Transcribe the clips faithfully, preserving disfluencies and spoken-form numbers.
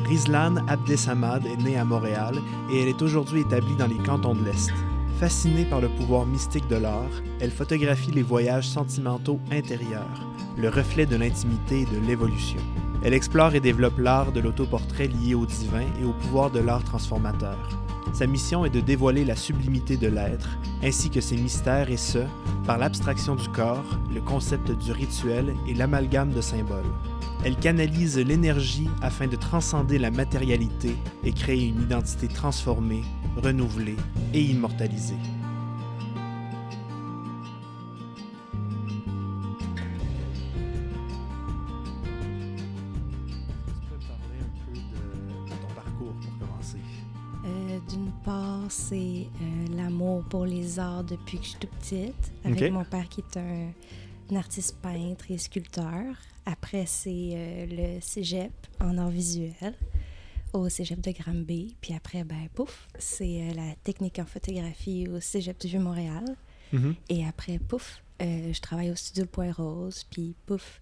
Rizlan Abdessamad est née à Montréal et elle est aujourd'hui établie dans les cantons de l'Est. Fascinée par le pouvoir mystique de l'art, elle photographie les voyages sentimentaux intérieurs, le reflet de l'intimité et de l'évolution. Elle explore et développe l'art de l'autoportrait lié au divin et au pouvoir de l'art transformateur. Sa mission est de dévoiler la sublimité de l'être, ainsi que ses mystères, et ce, par l'abstraction du corps, le concept du rituel et l'amalgame de symboles. Elle canalise l'énergie afin de transcender la matérialité et créer une identité transformée, renouvelée et immortalisée. Euh, d'une part, c'est euh, l'amour pour les arts depuis que je suis toute petite, avec Okay. mon père qui est un, un artiste peintre et sculpteur. Après, c'est euh, le cégep en arts visuels au cégep de Granby. Puis après, ben pouf, c'est euh, la technique en photographie au cégep du Vieux-Montréal. Mm-hmm. Et après, pouf, euh, je travaille au studio Le Point Rose. Puis pouf,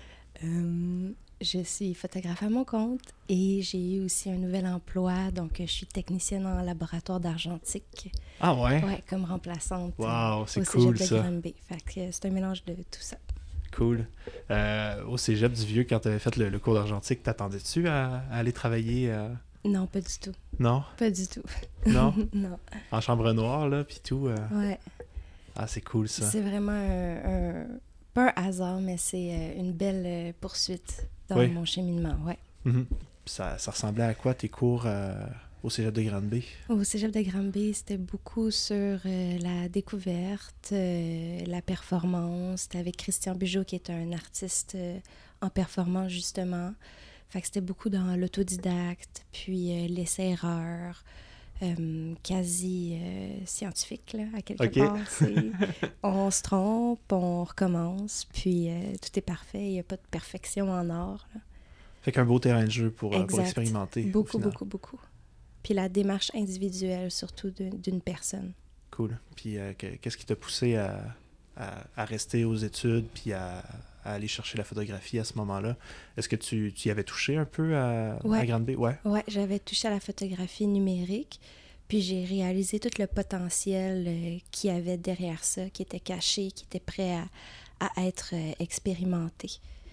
euh, je suis photographe à mon compte et j'ai eu aussi un nouvel emploi. Donc, je suis technicienne en laboratoire d'argentique. Ah ouais? Ouais, comme remplaçante Wow, euh, c'est au cool, cégep de ça. Granby. Fait que c'est un mélange de tout ça. Cool. Euh, au cégep du Vieux, quand tu avais fait le, le cours d'argentique, t'attendais-tu à, à aller travailler? euh, Non, pas du tout. Non? Pas du tout. Non? Non. En chambre noire, là, puis tout. euh, Ouais. Ah, c'est cool, ça. C'est vraiment un, un- pas un hasard, mais c'est euh, une belle euh, poursuite dans Oui. mon cheminement, ouais. Mhm. Ça, ça ressemblait à quoi, tes cours euh, au cégep de Granby? Au cégep de Granby, c'était beaucoup sur euh, la découverte, euh, la performance. C'était avec Christian Bugeaud, qui est un artiste euh, en performance, justement. Fait que c'était beaucoup dans l'autodidacte, puis euh, l'essai-erreur, euh, quasi euh, scientifique, là, à quelque OK. part. C'est, on se trompe, on recommence, puis euh, tout est parfait. Il n'y a pas de perfection en art, là. Fait qu'un beau terrain de jeu pour, euh, pour Exact. expérimenter. au Beaucoup, final. beaucoup, beaucoup. Puis la démarche individuelle, surtout de- d'une personne. Cool. Puis euh, que- qu'est-ce qui t'a poussé à, à, à rester aux études puis à, à aller chercher la photographie à ce moment-là? Est-ce que tu, tu y avais touché un peu à, Ouais. à Granby? Ouais. Ouais, j'avais touché à la photographie numérique, puis j'ai réalisé tout le potentiel euh, qu'il y avait derrière ça, qui était caché, qui était prêt à, à être euh, expérimenté.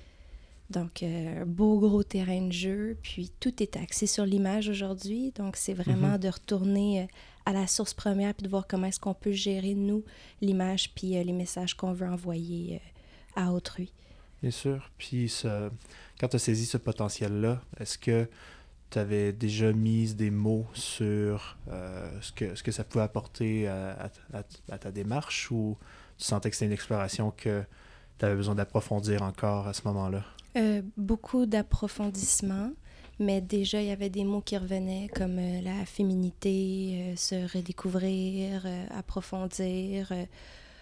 Donc, euh, un beau gros terrain de jeu, puis tout est axé sur l'image aujourd'hui. Donc, c'est vraiment Mhm. de retourner euh, à la source première, puis de voir comment est-ce qu'on peut gérer, nous, l'image, puis euh, les messages qu'on veut envoyer euh, à autrui. Bien sûr. Puis ce, quand tu as saisi ce potentiel-là, est-ce que tu avais déjà mis des mots sur euh, ce, que, ce que ça pouvait apporter à, à- à- à ta démarche, ou tu sentais que c'était une exploration que tu avais besoin d'approfondir encore à ce moment-là? Euh, beaucoup d'approfondissement, mais déjà, il y avait des mots qui revenaient comme euh, la féminité, euh, se redécouvrir, euh, approfondir, euh,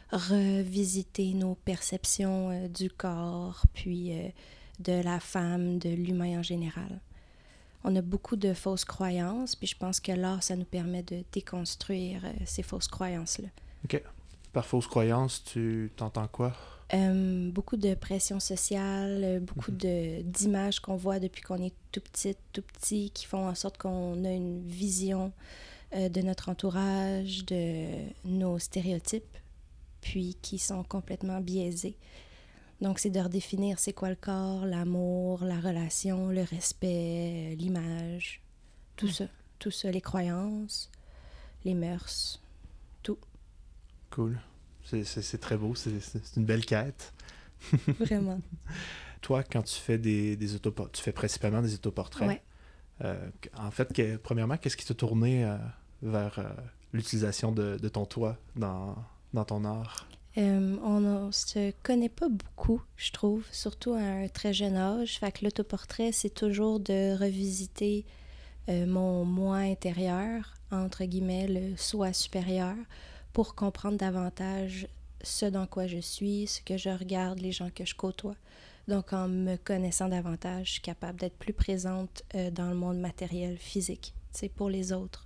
revisiter nos perceptions euh, du corps, puis euh, de la femme, de l'humain en général. On a beaucoup de fausses croyances, puis je pense que l'art, ça nous permet de déconstruire euh, ces fausses croyances-là. OK. Par fausse croyance, tu t'entends quoi? Euh, beaucoup de pression sociale, euh, beaucoup Mhm. de, d'images qu'on voit depuis qu'on est tout petit, tout petit, qui font en sorte qu'on a une vision euh, de notre entourage, de nos stéréotypes, puis qui sont complètement biaisés. Donc, c'est de redéfinir c'est quoi le corps, l'amour, la relation, le respect, euh, l'image, tout Mm. ça. Tout ça, les croyances, les mœurs, tout. Cool. C'est, c'est, c'est très beau, c'est, c'est c'est une belle quête. Vraiment. Toi, quand tu fais des, des autoportraits, tu fais principalement des autoportraits. Ouais. Euh, en fait, que, premièrement, qu'est-ce qui t'a tourné euh, vers euh, l'utilisation de, de ton toit dans, dans ton art? Euh, on ne se connaît pas beaucoup, je trouve, surtout à un très jeune âge. Fait que l'autoportrait, c'est toujours de revisiter euh, mon moi intérieur, entre guillemets, le soi supérieur, pour comprendre davantage ce dans quoi je suis, ce que je regarde, les gens que je côtoie. Donc, en me connaissant davantage, je suis capable d'être plus présente euh, dans le monde matériel, physique, tu sais, pour les autres.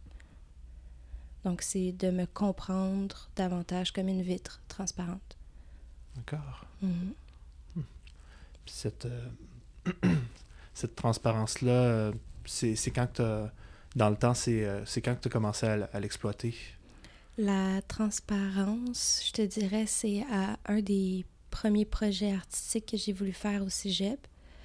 Donc, c'est de me comprendre davantage comme une vitre transparente. D'accord. Mhm. Puis cette, euh, cette transparence-là, euh, c'est, c'est quand que t'as... Dans le temps, c'est, euh, c'est quand que tu as commencé à, à l'exploiter? La transparence, je te dirais, c'est à un des premiers projets artistiques que j'ai voulu faire au cégep.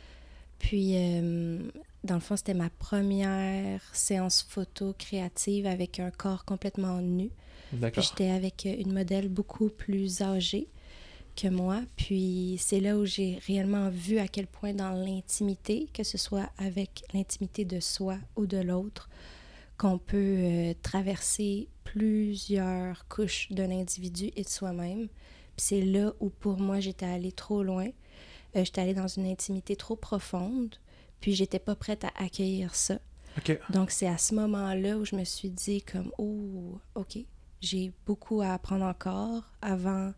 Puis, euh, dans le fond, c'était ma première séance photo créative avec un corps complètement nu. D'accord. Puis, j'étais avec une modèle beaucoup plus âgée que moi. Puis, c'est là où j'ai réellement vu à quel point dans l'intimité, que ce soit avec l'intimité de soi ou de l'autre, qu'on peut euh, traverser plusieurs couches d'un individu et de soi-même. Puis c'est là où, pour moi, j'étais allée trop loin. Euh, j'étais allée dans une intimité trop profonde, puis j'étais pas prête à accueillir ça. OK. Donc, c'est à ce moment-là où je me suis dit comme, oh, OK, j'ai beaucoup à apprendre encore avant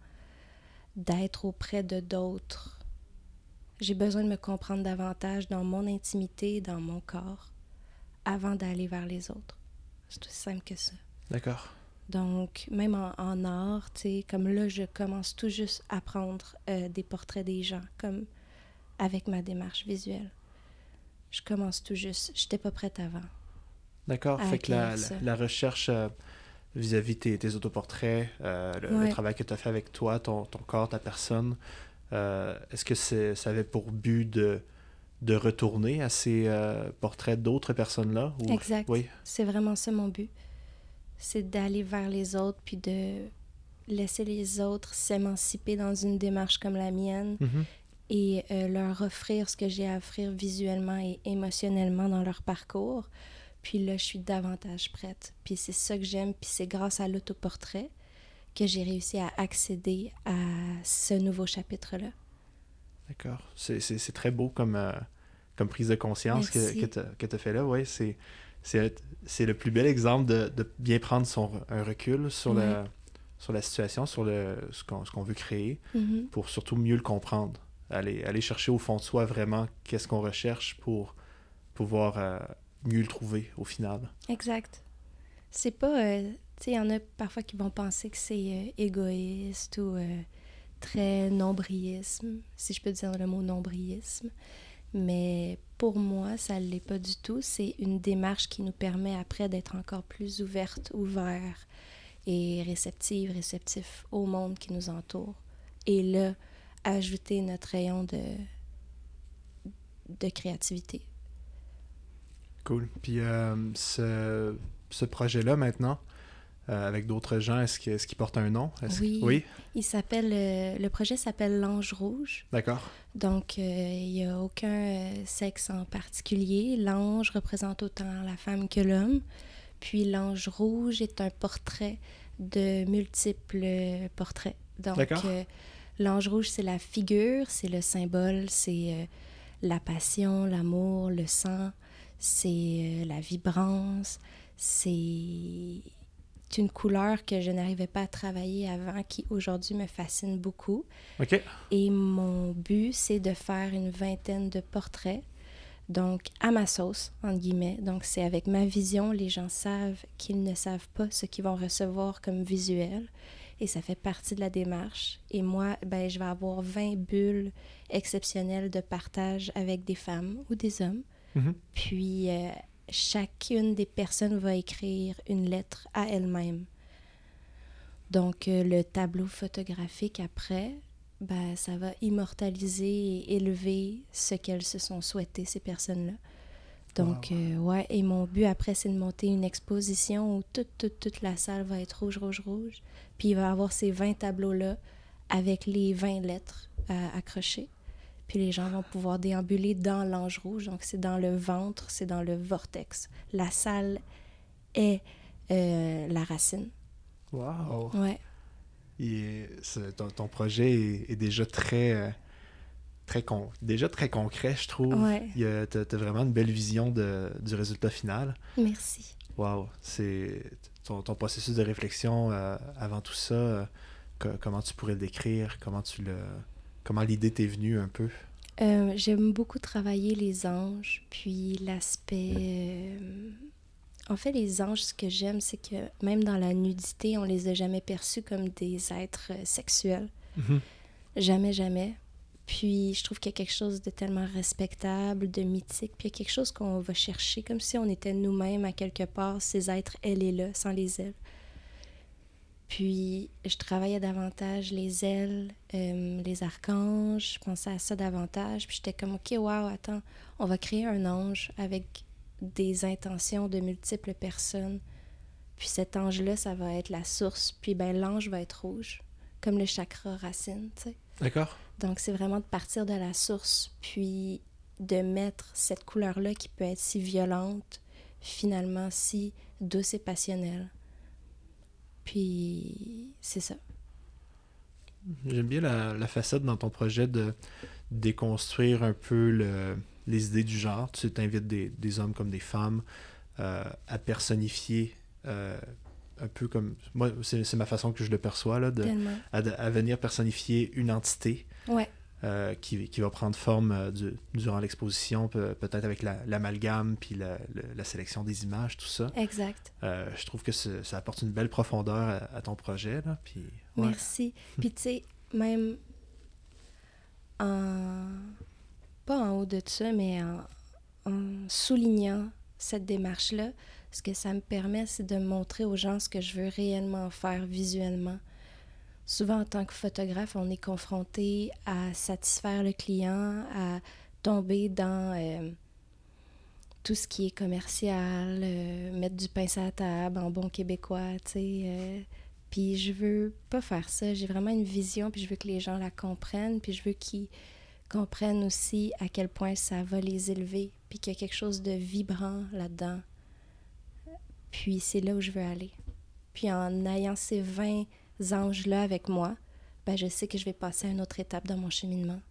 d'être auprès de d'autres. J'ai besoin de me comprendre davantage dans mon intimité, dans mon corps, avant d'aller vers les autres. C'est aussi simple que ça. D'accord. Donc, même en, en art, tu sais, comme là, je commence tout juste à prendre euh, des portraits des gens, comme avec ma démarche visuelle. Je commence tout juste. Je n'étais pas prête avant. D'accord. Fait que la, la, la recherche euh, vis-à-vis tes, tes autoportraits, euh, le, ouais. le travail que tu as fait avec toi, ton, ton corps, ta personne, euh, est-ce que c'est, ça avait pour but de... de retourner à ces euh, portraits d'autres personnes-là? Ou... Exact. Oui. C'est vraiment ça mon but. C'est d'aller vers les autres puis de laisser les autres s'émanciper dans une démarche comme la mienne mm-hmm. et euh, leur offrir ce que j'ai à offrir visuellement et émotionnellement dans leur parcours. Puis là, je suis davantage prête. Puis c'est ça que j'aime. Puis c'est grâce à l'autoportrait que j'ai réussi à accéder à ce nouveau chapitre-là. D'accord. C'est, c'est, c'est très beau comme, euh, comme prise de conscience Merci. que tu as fait là. Oui, c'est, c'est, c'est le plus bel exemple de, de bien prendre son, un recul sur, ouais. la, sur la situation, sur le, ce, qu'on, ce qu'on veut créer, mm-hmm. pour surtout mieux le comprendre. Aller, aller chercher au fond de soi vraiment qu'est-ce qu'on recherche pour pouvoir euh, mieux le trouver au final. Exact. C'est pas... Euh, tu sais, il y en a parfois qui vont penser que c'est euh, égoïste ou... Euh, très nombrilisme, si je peux dire le mot nombrilisme. Mais pour moi, ça ne l'est pas du tout. C'est une démarche qui nous permet après d'être encore plus ouverte, ouvert et réceptive, réceptif au monde qui nous entoure. Et là, ajouter notre rayon de, de créativité. Cool. Puis euh, ce, ce projet-là maintenant, Euh, avec d'autres gens, est-ce, que, est-ce qu'il porte un nom? Est-ce oui, que... oui. Il s'appelle, euh, le projet s'appelle l'Ange Rouge. D'accord. Donc, il euh, n'y a aucun euh, sexe en particulier. L'ange représente autant la femme que l'homme. Puis l'Ange Rouge est un portrait de multiples portraits. Donc, D'accord. Euh, l'Ange Rouge, c'est la figure, c'est le symbole, c'est euh, la passion, l'amour, le sang, c'est euh, la vibrance, c'est... C'est une couleur que je n'arrivais pas à travailler avant, qui aujourd'hui me fascine beaucoup. OK. Et mon but, c'est de faire une vingtaine de portraits, donc à ma sauce, entre guillemets. Donc c'est avec ma vision, les gens savent qu'ils ne savent pas ce qu'ils vont recevoir comme visuel. Et ça fait partie de la démarche. Et moi, ben, je vais avoir vingt bulles exceptionnelles de partage avec des femmes ou des hommes. Mm-hmm. Puis... Euh, chacune des personnes va écrire une lettre à elle-même. Donc, euh, le tableau photographique, après, ben, ça va immortaliser et élever ce qu'elles se sont souhaitées, ces personnes-là. Donc, wow. euh, ouais, et mon but, après, c'est de monter une exposition où toute, toute, toute la salle va être rouge, rouge, rouge. Puis, il va y avoir ces vingt tableaux-là avec les vingt lettres à accrocher. Puis les gens vont pouvoir déambuler dans l'Ange Rouge. Donc, c'est dans le ventre, c'est dans le vortex. La salle est euh, la racine. Wow! Ouais. Et ton, ton projet est, est déjà très, euh, très con, déjà très concret, je trouve. Ouais. Tu as vraiment une belle vision de, du résultat final. Merci. Wow! C'est ton, ton processus de réflexion euh, avant tout ça, euh, que, comment tu pourrais le décrire, comment tu le... Comment l'idée t'est venue un peu? Euh, j'aime beaucoup travailler les anges, puis l'aspect... Euh... En fait, les anges, ce que j'aime, c'est que même dans la nudité, on les a jamais perçus comme des êtres sexuels. Mm-hmm. Jamais, jamais. Puis je trouve qu'il y a quelque chose de tellement respectable, de mythique, puis il y a quelque chose qu'on va chercher, comme si on était nous-mêmes à quelque part, ces êtres ailés-là, sans les ailes. Puis je travaillais davantage les ailes, euh, les archanges, je pensais à ça davantage, puis j'étais comme, OK, wow, attends, on va créer un ange avec des intentions de multiples personnes. Puis cet ange-là, ça va être la source, puis ben l'ange va être rouge, comme le chakra racine, tu sais. D'accord. Donc, c'est vraiment de partir de la source, puis de mettre cette couleur-là qui peut être si violente, finalement si douce et passionnelle. Puis, c'est ça. J'aime bien la, la facette dans ton projet de déconstruire un peu le, les idées du genre. Tu t'invites des, des hommes comme des femmes euh, à personnifier euh, un peu comme... Moi, c'est, c'est ma façon que je le perçois, là, de, à, à venir personnifier une entité ouais. euh, qui, qui va prendre forme euh, du, durant l'exposition, pe- peut-être avec la, l'amalgame puis la, la, la sélection des images, tout ça. Exact. Euh, je trouve que ça apporte une belle profondeur à, à ton projet. Là, puis, ouais. Merci. Puis tu sais, même en... pas en haut de tout ça, mais en, en soulignant cette démarche-là, ce que ça me permet, c'est de montrer aux gens ce que je veux réellement faire visuellement. Souvent, en tant que photographe, on est confronté à satisfaire le client, à tomber dans euh, tout ce qui est commercial, euh, mettre du pain sur la table en bon québécois, tu sais. Euh, puis je veux pas faire ça. J'ai vraiment une vision, puis je veux que les gens la comprennent, puis je veux qu'ils comprennent aussi à quel point ça va les élever, puis qu'il y a quelque chose de vibrant là-dedans. Puis c'est là où je veux aller. Puis en ayant ces vingt anges-là avec moi, ben je sais que je vais passer à une autre étape dans mon cheminement.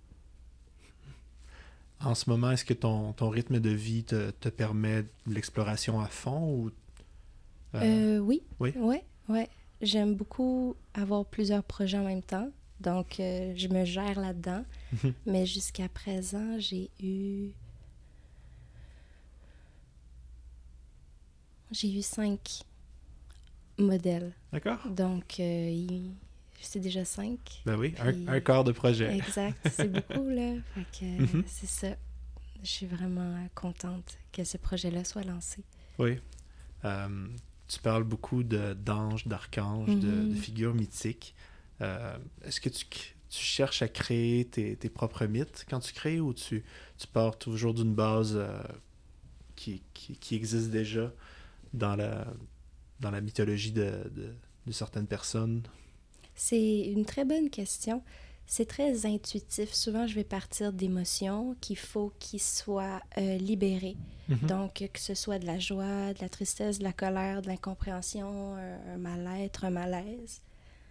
En ce moment, est-ce que ton, ton rythme de vie te, te permet l'exploration à fond ou euh... Euh, oui. Oui. Ouais, ouais. J'aime beaucoup avoir plusieurs projets en même temps, donc euh, je me gère là-dedans. Mais jusqu'à présent, j'ai eu j'ai eu cinq modèles. D'accord. Donc, euh, il... c'est déjà cinq. Ben oui, Puis... un, un quart de projet. Exact, c'est beaucoup, là. Fait que mm-hmm. c'est ça. Je suis vraiment contente que ce projet-là soit lancé. Oui. Euh, tu parles beaucoup de, d'anges, d'archanges, mm-hmm. de, de figures mythiques. Euh, est-ce que tu, tu cherches à créer tes, tes propres mythes quand tu crées ou tu, tu pars toujours d'une base euh, qui, qui, qui existe déjà dans la... dans la mythologie de, de, de certaines personnes? C'est une très bonne question. C'est très intuitif. Souvent, je vais partir d'émotions qu'il faut qu'ils soient euh, libérées. Mm-hmm. Donc, que ce soit de la joie, de la tristesse, de la colère, de l'incompréhension, un, un mal-être, un malaise.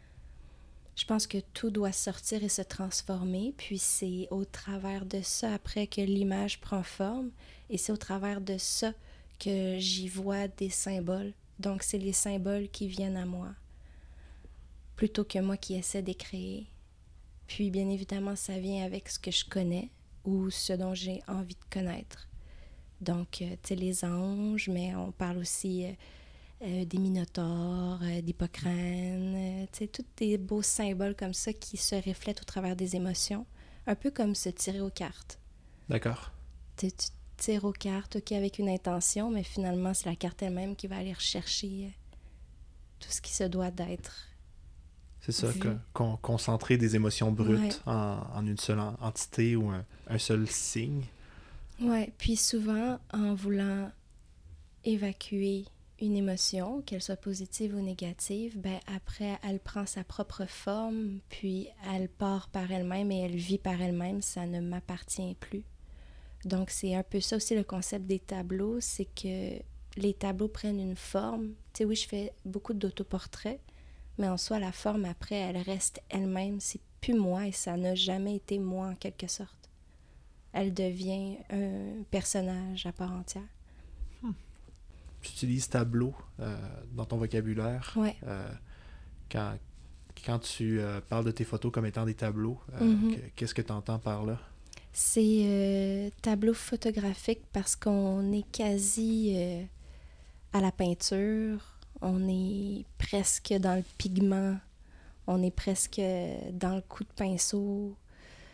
Je pense que tout doit sortir et se transformer. Puis c'est au travers de ça, après, que l'image prend forme. Et c'est au travers de ça que j'y vois des symboles. Donc, c'est les symboles qui viennent à moi, plutôt que moi qui essaie de créer. Puis, bien évidemment, ça vient avec ce que je connais ou ce dont j'ai envie de connaître. Donc, euh, tu sais, les anges, mais on parle aussi euh, euh, des minotaures, euh, d'Hippocrène, euh, tu sais, tous des beaux symboles comme ça qui se reflètent au travers des émotions, un peu comme se tirer aux cartes. D'accord. Tu sais, tu tire aux cartes, OK, avec une intention, mais finalement, c'est la carte elle-même qui va aller rechercher tout ce qui se doit d'être. C'est ça, que, con, concentrer des émotions brutes ouais. en, en une seule entité ou un, un seul signe. Oui, puis souvent, en voulant évacuer une émotion, qu'elle soit positive ou négative, ben après, elle prend sa propre forme, puis elle part par elle-même et elle vit par elle-même, ça ne m'appartient plus. Donc, c'est un peu ça aussi le concept des tableaux, c'est que les tableaux prennent une forme. Tu sais, oui, je fais beaucoup d'autoportraits, mais en soi, la forme, après, elle reste elle-même. C'est plus moi et ça n'a jamais été moi, en quelque sorte. Elle devient un personnage à part entière. Hmm. Tu utilises tableau euh, dans ton vocabulaire. Oui. Euh, quand, quand tu euh, parles de tes photos comme étant des tableaux, euh, mm-hmm. que, qu'est-ce que tu entends par là? C'est euh, tableau photographique parce qu'on est quasi euh, à la peinture, on est presque dans le pigment, on est presque dans le coup de pinceau,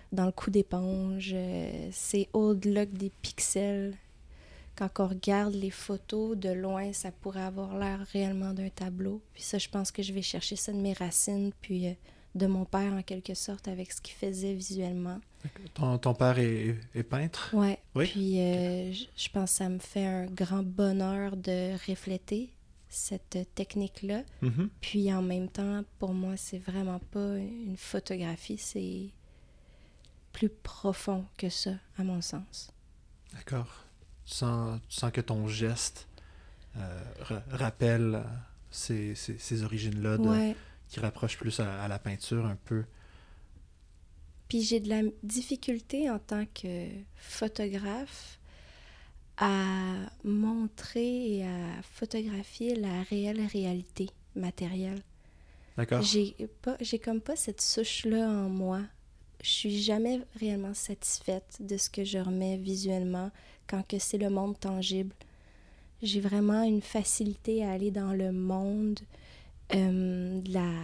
dans le coup d'éponge. Euh, c'est au-delà que des pixels. Quand on regarde les photos de loin, ça pourrait avoir l'air réellement d'un tableau. Puis ça, je pense que je vais chercher ça de mes racines, puis euh, de mon père, en quelque sorte, avec ce qu'il faisait visuellement. Ton, ton père est, est peintre? Ouais. Oui. Puis euh, je, je pense que ça me fait un grand bonheur de refléter cette technique-là. Mm-hmm. Puis en même temps, pour moi, c'est vraiment pas une photographie, c'est plus profond que ça, à mon sens. D'accord. Tu sens, tu sens que ton geste euh, ra- rappelle euh, ces, ces, ces origines-là de, Ouais. qui rapprochent plus à, à la peinture un peu. Puis j'ai de la difficulté en tant que photographe à montrer et à photographier la réelle réalité matérielle. D'accord. J'ai pas, j'ai comme pas cette souche-là en moi. Je suis jamais réellement satisfaite de ce que je remets visuellement quand que c'est le monde tangible. J'ai vraiment une facilité à aller dans le monde euh, de la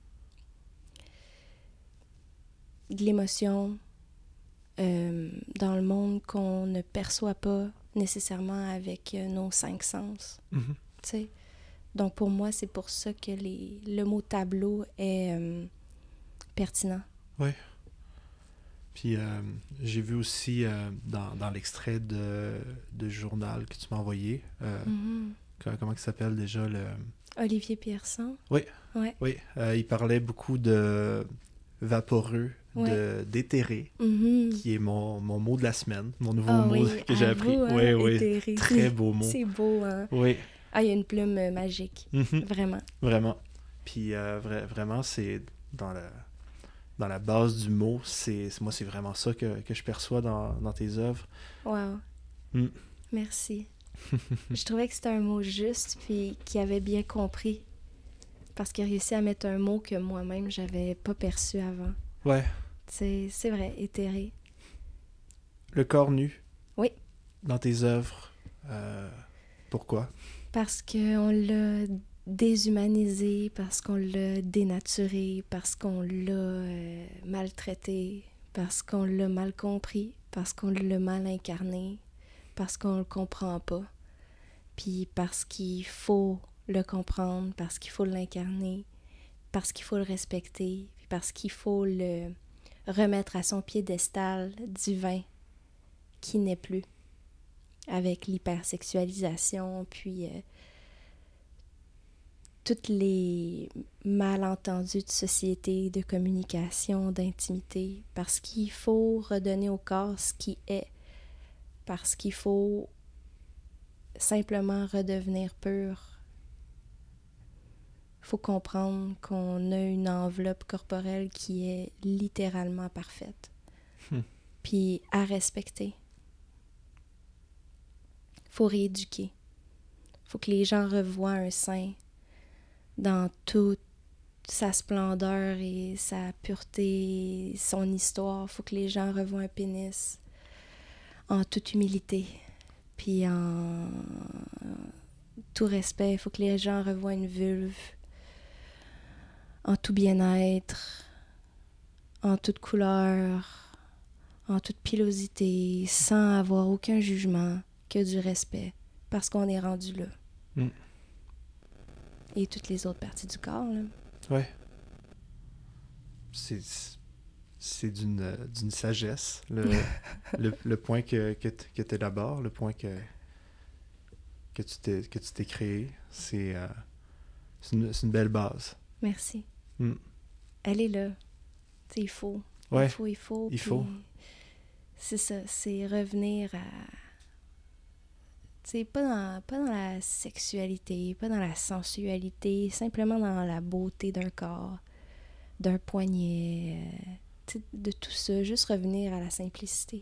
de l'émotion, euh, dans le monde qu'on ne perçoit pas nécessairement avec euh, nos cinq sens. Mm-hmm. Tu sais. Donc pour moi, c'est pour ça que les, le mot tableau est euh, pertinent. Oui. Puis euh, j'ai vu aussi euh, dans, dans l'extrait de, de journal que tu m'as envoyé, euh, Mm-hmm. que- comment il s'appelle déjà le... Olivier Pierson. Oui. Ouais. Oui. Euh, il parlait beaucoup de vaporeux, Ouais. de d'éthéré, Mm-hmm. qui est mon, mon mot de la semaine, mon nouveau Ah mot oui, que j'ai à appris. vous, hein, Oui, oui. éthéré. Très beau mot. C'est beau, hein? Oui. Ah, il y a une plume euh, magique. Mm-hmm. Vraiment. Vraiment. Puis euh, vra- vraiment, c'est dans la, dans la base du mot, c'est, c'est- moi, c'est vraiment ça que, que je perçois dans, dans tes œuvres. Wow. Mm. Merci. Je trouvais que c'était un mot juste, puis qu'il avait bien compris. Parce qu'il a réussi à mettre un mot que moi-même, j'avais pas perçu avant. Ouais. C'est, c'est vrai, éthéré. Le corps nu. Oui. Dans tes œuvres. Euh, pourquoi? Parce qu'on l'a déshumanisé, parce qu'on l'a dénaturé, parce qu'on l'a euh, maltraité, parce qu'on l'a mal compris, parce qu'on l'a mal incarné, parce qu'on le comprend pas, puis parce qu'il faut le comprendre, parce qu'il faut l'incarner, parce qu'il faut le respecter, puis parce qu'il faut le remettre à son piédestal divin qui n'est plus, avec l'hypersexualisation, puis euh, tous les malentendus de société, de communication, d'intimité, parce qu'il faut redonner au corps ce qui est, parce qu'il faut simplement redevenir pur. Il faut comprendre qu'on a une enveloppe corporelle qui est littéralement parfaite, Hmm. puis à respecter. Il faut rééduquer. Il faut que les gens revoient un sein dans toute sa splendeur et sa pureté, son histoire. Il faut que les gens revoient un pénis en toute humilité, puis en tout respect. Il faut que les gens revoient une vulve en tout bien-être, en toute couleur, en toute pilosité, sans avoir aucun jugement, que du respect, parce qu'on est rendu là. Mm. Et toutes les autres parties du corps, là. Ouais. C'est, c'est d'une, d'une sagesse, le, le, le point que, que, que tu élabores, le point que, que, tu t'es, que tu t'es créé. C'est, euh, c'est, une, c'est une belle base. Merci. Mm. Elle est là. T'sais, il faut. Ouais, il faut, il faut. il faut. C'est ça, c'est revenir à... Tu sais, pas dans, pas dans la sexualité, pas dans la sensualité, simplement dans la beauté d'un corps, d'un poignet, euh, tu sais, de tout ça. Juste revenir à la simplicité.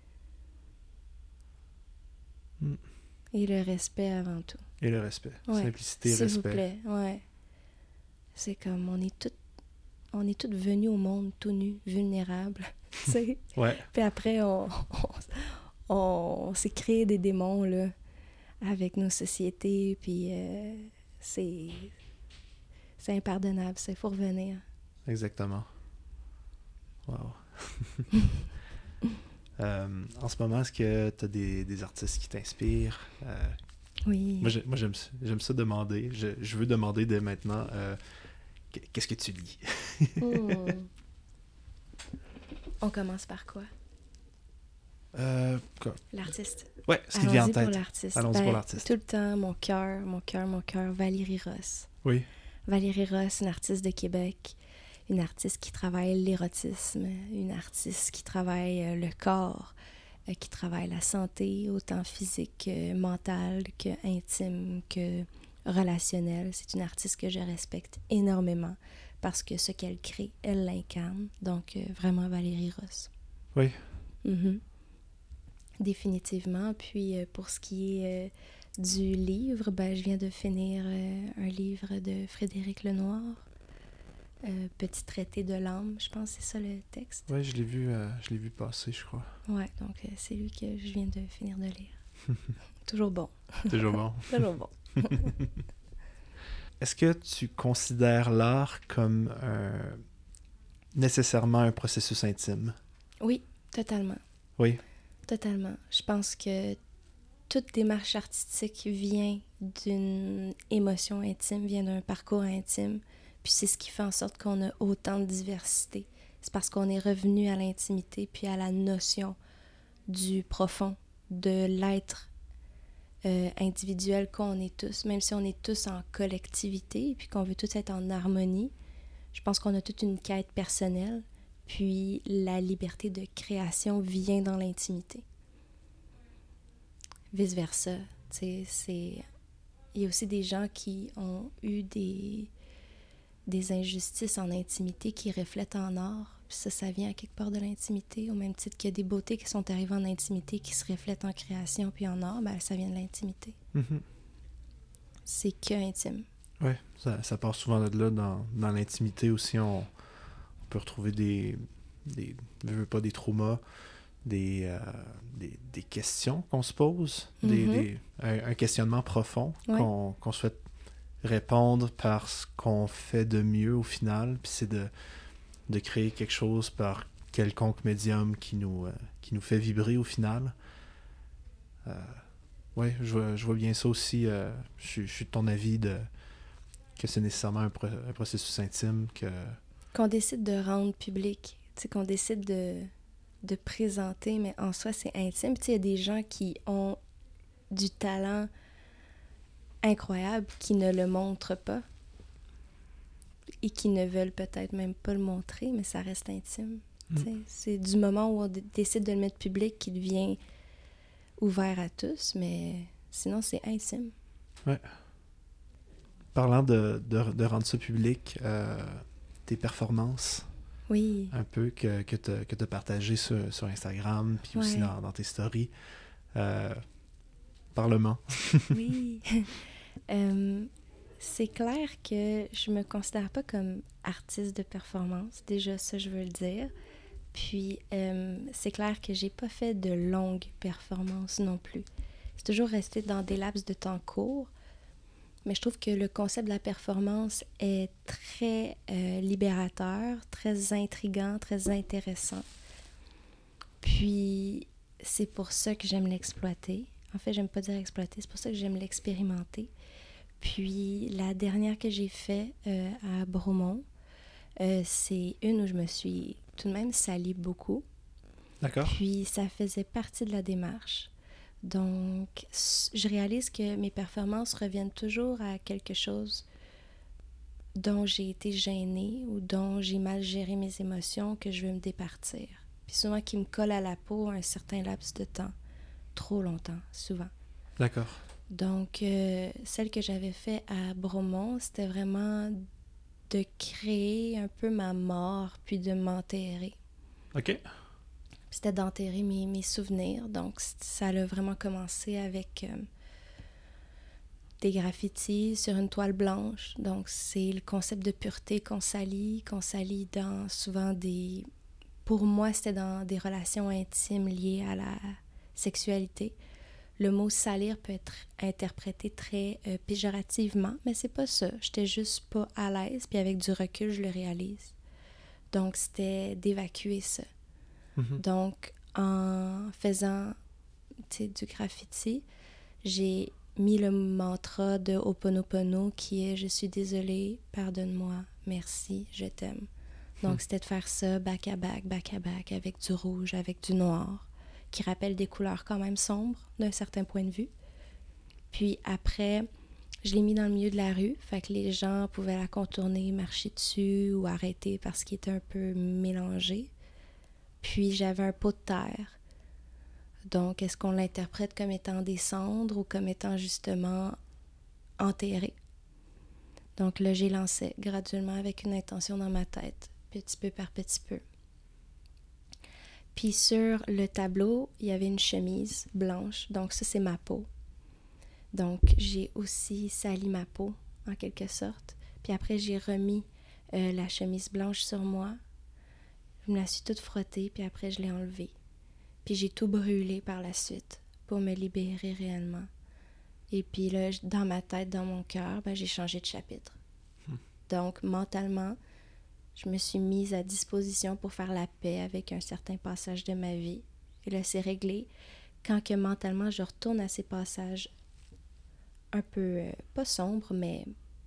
Mm. Et le respect avant tout. Et le respect. Ouais. Simplicité, S'il respect. vous plaît, ouais. C'est comme, on est toutes, on est toutes venues au monde tout nus, vulnérables, tu sais. Ouais. Puis après, on, on, on s'est créé des démons, là, avec nos sociétés, puis euh, c'est, c'est impardonnable, ça, il faut revenir. Exactement. Wow. euh, en ce moment, est-ce que tu as des, des artistes qui t'inspirent? Euh, Oui. Moi, j'ai- moi j'aime, ça- j'aime ça demander. Je, je veux demander dès maintenant, euh, qu'est-ce que tu lis? Hmm. On commence par quoi? Euh, quoi? L'artiste. Ouais, ce qui te vient en Allons-y pour tête. l'artiste. Allons-y Ben, pour l'artiste. tout le temps, mon cœur, mon cœur, mon cœur, Valérie Ross. Oui. Valérie Ross, une artiste de Québec, une artiste qui travaille l'érotisme, une artiste qui travaille euh, le corps, euh, qui travaille la santé, autant physique que mentale, que intime, que relationnelle. C'est une artiste que je respecte énormément parce que ce qu'elle crée, elle l'incarne. Donc, euh, vraiment Valérie Ross. Oui. Mm-hmm. Définitivement. Puis, euh, pour ce qui est euh, du livre, ben, je viens de finir euh, un livre de Frédéric Lenoir, euh, Petit traité de l'âme, je pense que c'est ça le texte. Oui, je l'ai vu, euh, je l'ai vu passer, je crois. Ouais, donc euh, c'est lui que je viens de finir de lire. Toujours bon. Toujours bon. Toujours bon. Est-ce que tu considères l'art comme un... nécessairement un processus intime? Oui, totalement. Oui. Totalement. Je pense que toute démarche artistique vient d'une émotion intime, vient d'un parcours intime. Puis c'est ce qui fait en sorte qu'on a autant de diversité. C'est parce qu'on est revenu à l'intimité puis à la notion du profond, de l'être euh, individuel qu'on est tous. Même si on est tous en collectivité puis qu'on veut tous être en harmonie, je pense qu'on a toute une quête personnelle. Puis la liberté de création vient dans l'intimité. Vice-versa. C'est... Il y a aussi des gens qui ont eu des, des injustices en intimité qui reflètent en art. Puis ça, ça vient à quelque part de l'intimité, au même titre qu'il y a des beautés qui sont arrivées en intimité qui se reflètent en création puis en art, ben ça vient de l'intimité. Mm-hmm. C'est que intime. Oui, ça, ça part souvent de là. Dans, dans l'intimité aussi, on, on peut retrouver des, des, je veux pas, des traumas, des, euh, des, des questions qu'on se pose, mm-hmm. des, des, un, un questionnement profond ouais. qu'on, qu'on souhaite répondre par ce qu'on fait de mieux au final, puis c'est de, de créer quelque chose par quelconque médium qui nous, euh, qui nous fait vibrer au final. Euh, oui, je vois, je vois bien ça aussi. Euh, je, je suis de ton avis de, que c'est nécessairement un, pro, un processus intime. Que... Qu'on décide de rendre public, qu'on décide de, de présenter, mais en soi, c'est intime. Il y a des gens qui ont du talent incroyable qui ne le montrent pas et qui ne veulent peut-être même pas le montrer, mais ça reste intime. Mm. C'est du moment où on d- décide de le mettre public qui devient ouvert à tous, mais sinon, c'est intime. Ouais. Parlant de, de, de rendre ça public, euh, tes performances, oui. un peu que, que tu as partagées sur, sur Instagram, puis aussi ouais. dans, dans tes stories, euh, Parlement. Oui. euh, c'est clair que je me considère pas comme artiste de performance. Déjà, ça, je veux le dire. Puis, euh, c'est clair que j'ai pas fait de longues performances non plus. C'est toujours resté dans des laps de temps courts. Mais je trouve que le concept de la performance est très euh, libérateur, très intriguant, très intéressant. Puis, c'est pour ça que j'aime l'exploiter. En fait, j'aime pas dire exploiter, c'est pour ça que j'aime l'expérimenter. Puis, la dernière que j'ai faite euh, à Bromont, euh, c'est une où je me suis tout de même salie beaucoup. D'accord. Puis, ça faisait partie de la démarche. Donc, je réalise que mes performances reviennent toujours à quelque chose dont j'ai été gênée ou dont j'ai mal géré mes émotions, que je veux me départir. Puis souvent, qui me colle à la peau un certain laps de temps. Trop longtemps, souvent. D'accord. Donc, euh, celle que j'avais faite à Bromont, c'était vraiment de créer un peu ma mort, puis de m'enterrer. OK. C'était d'enterrer mes, mes souvenirs. Donc, ça a vraiment commencé avec euh, des graffitis sur une toile blanche. Donc, c'est le concept de pureté qu'on salit, qu'on salit dans souvent des... Pour moi, c'était dans des relations intimes liées à la sexualité. Le mot « salir » peut être interprété très euh, péjorativement, mais c'est pas ça. J'étais juste pas à l'aise, puis avec du recul, je le réalise. Donc, c'était d'évacuer ça. Mm-hmm. Donc, en faisant du graffiti, j'ai mis le mantra de Ho'oponopono qui est « Je suis désolée, pardonne-moi, merci, je t'aime ». Donc, mm. c'était de faire ça back à back, back à back, avec du rouge, avec du noir, qui rappelle des couleurs quand même sombres d'un certain point de vue. Puis après, je l'ai mis dans le milieu de la rue, fait que les gens pouvaient la contourner, marcher dessus ou arrêter parce qu'il était un peu mélangé. Puis j'avais un pot de terre. Donc, est-ce qu'on l'interprète comme étant des cendres ou comme étant justement enterré? Donc là, j'ai lancé graduellement avec une intention dans ma tête, petit peu par petit peu. Puis sur le tableau, il y avait une chemise blanche, donc ça, c'est ma peau. Donc, j'ai aussi sali ma peau, en quelque sorte. Puis après, j'ai remis euh, la chemise blanche sur moi. Je me la suis toute frottée, puis après, je l'ai enlevée. Puis j'ai tout brûlé par la suite pour me libérer réellement. Et puis là, dans ma tête, dans mon cœur, ben, j'ai changé de chapitre. Hmm. Donc, mentalement, je me suis mise à disposition pour faire la paix avec un certain passage de ma vie. Et là, c'est réglé. Quand que mentalement, je retourne à ces passages un peu, euh, pas sombres, mais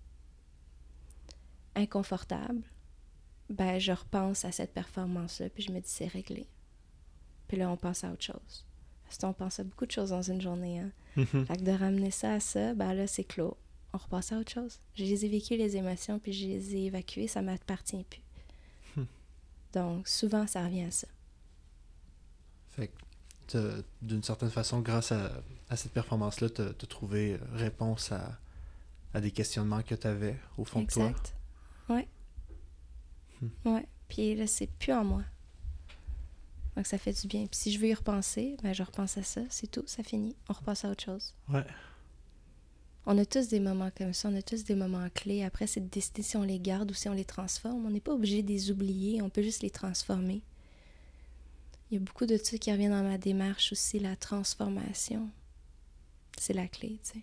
inconfortables, ben, je repense à cette performance-là, puis je me dis, c'est réglé. Puis là, on pense à autre chose. Parce qu'on pense à beaucoup de choses dans une journée. Hein? Mm-hmm. Fait que de ramener ça à ça, ben là, c'est clos. On repasse à autre chose. Je les ai vécues, les émotions, puis je les ai évacuées, ça ne m'appartient plus. Hmm. Donc, souvent, ça revient à ça. Fait que, d'une certaine façon, grâce à, à cette performance-là, tu as trouvé réponse à, à des questionnements que tu avais au fond exact. de toi. Oui. Hmm. Oui. Puis là, c'est plus en moi. Donc, ça fait du bien. Puis si je veux y repenser, ben je repense à ça, c'est tout, ça finit. On repasse à autre chose. Ouais. On a tous des moments comme ça, on a tous des moments clés. Après, c'est de décider si on les garde ou si on les transforme. On n'est pas obligé de les oublier, on peut juste les transformer. Il y a beaucoup de ça qui revient dans ma démarche aussi, la transformation. C'est la clé, tu sais.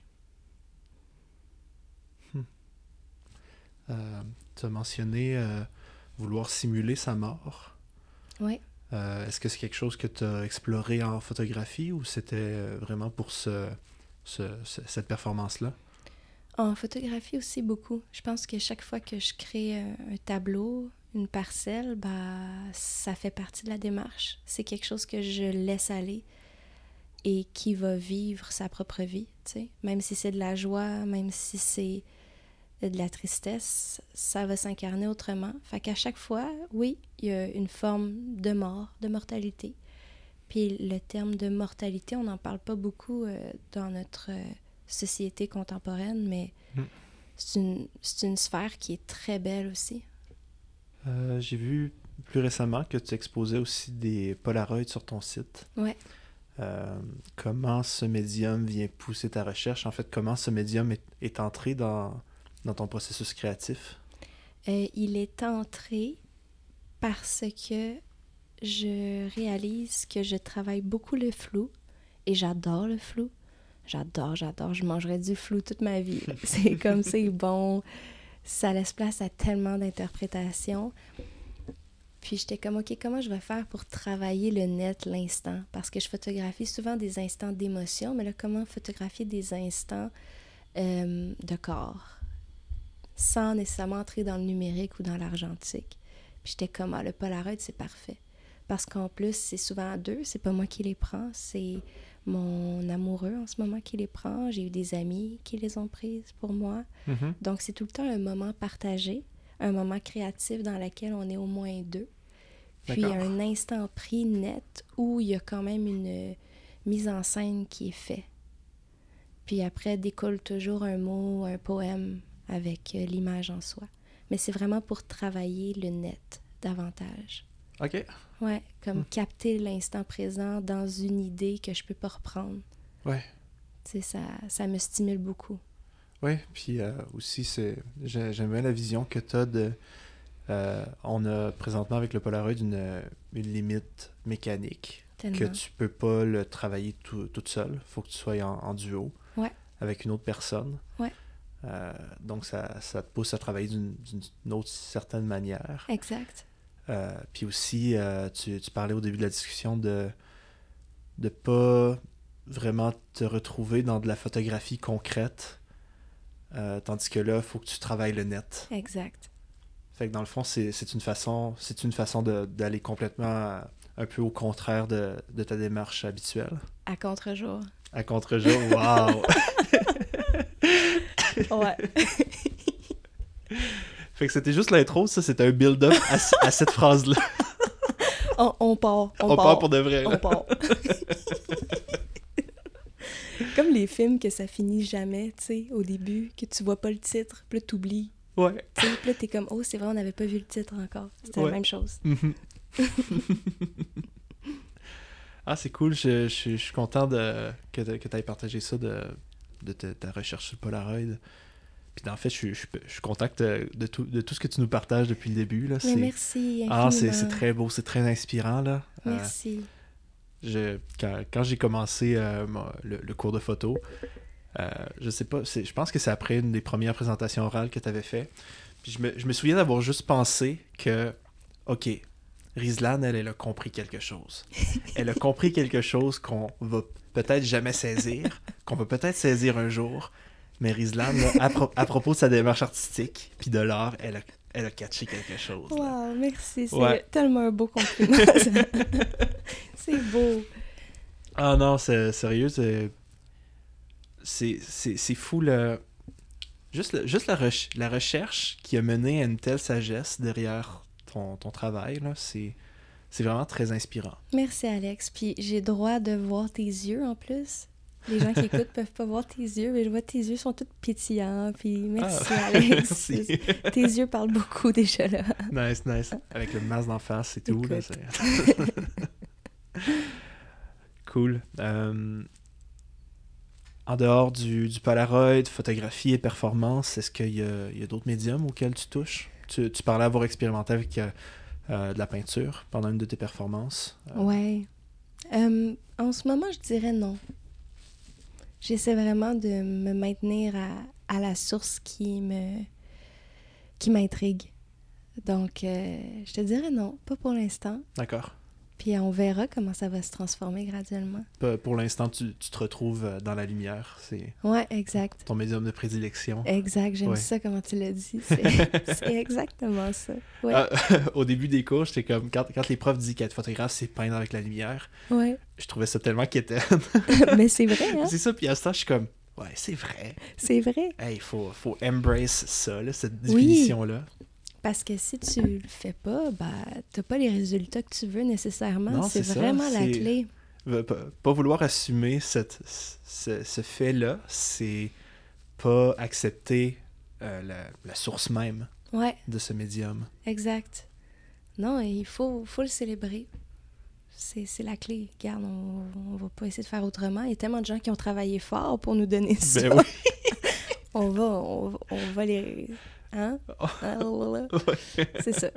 Hmm. Euh, tu as mentionné euh, vouloir simuler sa mort. Oui. Euh, est-ce que c'est quelque chose que tu as exploré en photographie ou c'était vraiment pour ce, ce, ce, cette performance-là? En photographie aussi beaucoup. Je pense que chaque fois que je crée un, un tableau, une parcelle, bah, ça fait partie de la démarche. C'est quelque chose que je laisse aller et qui va vivre sa propre vie, tu sais. Même si c'est de la joie, même si c'est de la tristesse, ça va s'incarner autrement. Fait qu'à chaque fois, oui, il y a une forme de mort, de mortalité. Puis le terme de mortalité, on n'en parle pas beaucoup euh, dans notre euh, société contemporaine, mais mm. c'est, une, c'est une sphère qui est très belle aussi. Euh, j'ai vu plus récemment que tu exposais aussi des Polaroids sur ton site. Ouais. Euh, comment ce médium vient pousser ta recherche? En fait, comment ce médium est, est entré dans... dans ton processus créatif? Euh, il est entré parce que je réalise que je travaille beaucoup le flou et j'adore le flou. J'adore, j'adore. Je mangerais du flou toute ma vie. C'est comme c'est bon. Ça laisse place à tellement d'interprétations. Puis j'étais comme, OK, comment je vais faire pour travailler le net, l'instant? Parce que je photographie souvent des instants d'émotion, mais là, comment photographier des instants euh, de corps? Sans nécessairement entrer dans le numérique ou dans l'argentique. Puis j'étais comme, ah, le Polaroid, c'est parfait. Parce qu'en plus, c'est souvent à deux, c'est pas moi qui les prends, c'est mon amoureux en ce moment qui les prend. J'ai eu des amis qui les ont prises pour moi. Mm-hmm. Donc, c'est tout le temps un moment partagé, un moment créatif dans lequel on est au moins deux. Puis, D'accord. un instant pris net où il y a quand même une mise en scène qui est faite. Puis après, découle toujours un mot, un poème avec euh, l'image en soi. Mais c'est vraiment pour travailler le net davantage. OK. Ouais, comme hmm. capter l'instant présent dans une idée que je peux pas reprendre. Ouais. Tu sais, ça, ça me stimule beaucoup. Oui, puis euh, aussi, c'est, j'aime bien la vision que tu as de... Euh, on a présentement avec le Polaroid une, une limite mécanique. Tellement. Que tu peux pas le travailler tout, toute seule. Il faut que tu sois en, en duo ouais. avec une autre personne. Ouais. Euh, donc, ça, ça te pousse à travailler d'une, d'une autre certaine manière. Exact. Euh, puis aussi, euh, tu, tu parlais au début de la discussion de de pas vraiment te retrouver dans de la photographie concrète, euh, tandis que là, il faut que tu travailles le net. Exact. Fait que dans le fond, c'est, c'est une façon, c'est une façon de, d'aller complètement un peu au contraire de, de ta démarche habituelle. À contre-jour. À contre-jour, wow! Ouais. Fait que c'était juste l'intro, ça, c'était un build-up à, à cette phrase-là. On, on part. On, On part. part pour de vrai. Là. On part. Comme les films que ça finit jamais, tu sais, au début, que tu vois pas le titre, puis là, t'oublies. Ouais. Tu sais, puis là, t'es comme, oh, c'est vrai, on n'avait pas vu le titre encore. C'était Ouais. la même chose. Mm-hmm. Ah, c'est cool. Je, je, je suis content de, que, que tu aies partagé ça de, de ta, ta recherche sur le Polaroid. Puis en fait, je, je, je suis content de, de, tout, de tout ce que tu nous partages depuis le début. Là. Mais C'est... merci infiniment. Ah, c'est, c'est très beau, c'est très inspirant. Là. Merci. Euh, je, quand, quand j'ai commencé euh, mon, le, le cours de photo, euh, je sais pas, c'est, je pense que c'est après une des premières présentations orales que tu avais fait. Puis je me, je me souviens d'avoir juste pensé que, OK, Rizlan, elle, elle a compris quelque chose. Elle a compris quelque chose qu'on va peut-être jamais saisir, qu'on va peut-être saisir un jour. Mais Rizlan, là, à, pro- à propos de sa démarche artistique puis de l'art, elle a, elle a catché quelque chose. Là. Wow, merci. C'est Ouais. tellement un beau compliment. C'est beau. Ah non, c'est sérieux, c'est, c'est, c'est, c'est fou le... Juste, le, juste la, re- la recherche qui a mené à une telle sagesse derrière ton, ton travail, là, c'est, c'est vraiment très inspirant. Merci, Alex. Puis j'ai droit de voir tes yeux en plus. Les gens qui écoutent peuvent pas voir tes yeux, mais je vois tes yeux sont tous pétillants. Puis merci, ah, Alex. Merci. Tes yeux parlent beaucoup déjà là. Nice, nice. Avec le masque d'en face et tout. Là, c'est... Cool. Euh... En dehors du, du Polaroid, photographie et performance, est-ce qu'il y a, il y a d'autres médiums auxquels tu touches? Tu, tu parlais avoir expérimenté avec euh, euh, de la peinture pendant une de tes performances. Euh... Ouais. Euh, en ce moment, je dirais non. J'essaie vraiment de me maintenir à, à la source qui me qui m'intrigue. Donc, euh, je te dirais non, pas pour l'instant. D'accord. Puis on verra comment ça va se transformer graduellement. Pour l'instant, tu, tu te retrouves dans la lumière. C'est ouais, exact. Ton médium de prédilection. Exact, j'aime ouais. ça comment tu l'as dit. C'est, c'est exactement ça. Ouais. Euh, au début des cours, j'étais comme, quand, quand les profs disent qu'être photographe, c'est peindre avec la lumière, ouais. je trouvais ça tellement quétaine. Mais c'est vrai, hein? C'est ça, puis à ce temps, je suis comme, ouais, c'est vrai. C'est vrai. Il hey, faut, faut embrace ça, là, cette définition-là. Oui. Parce que si tu le fais pas, bah, t'as pas les résultats que tu veux nécessairement. Non, c'est, c'est vraiment ça, la c'est... clé. Pas, pas vouloir assumer cette, ce, ce fait-là, c'est pas accepter euh, la, la source même ouais. de ce médium. Exact. Non, il faut, faut le célébrer. C'est, c'est la clé. Regarde, on, on va pas essayer de faire autrement. Il y a tellement de gens qui ont travaillé fort pour nous donner ça. Ben oui. on, va, on, on va les... Hein? Oh. Ouais. C'est ça.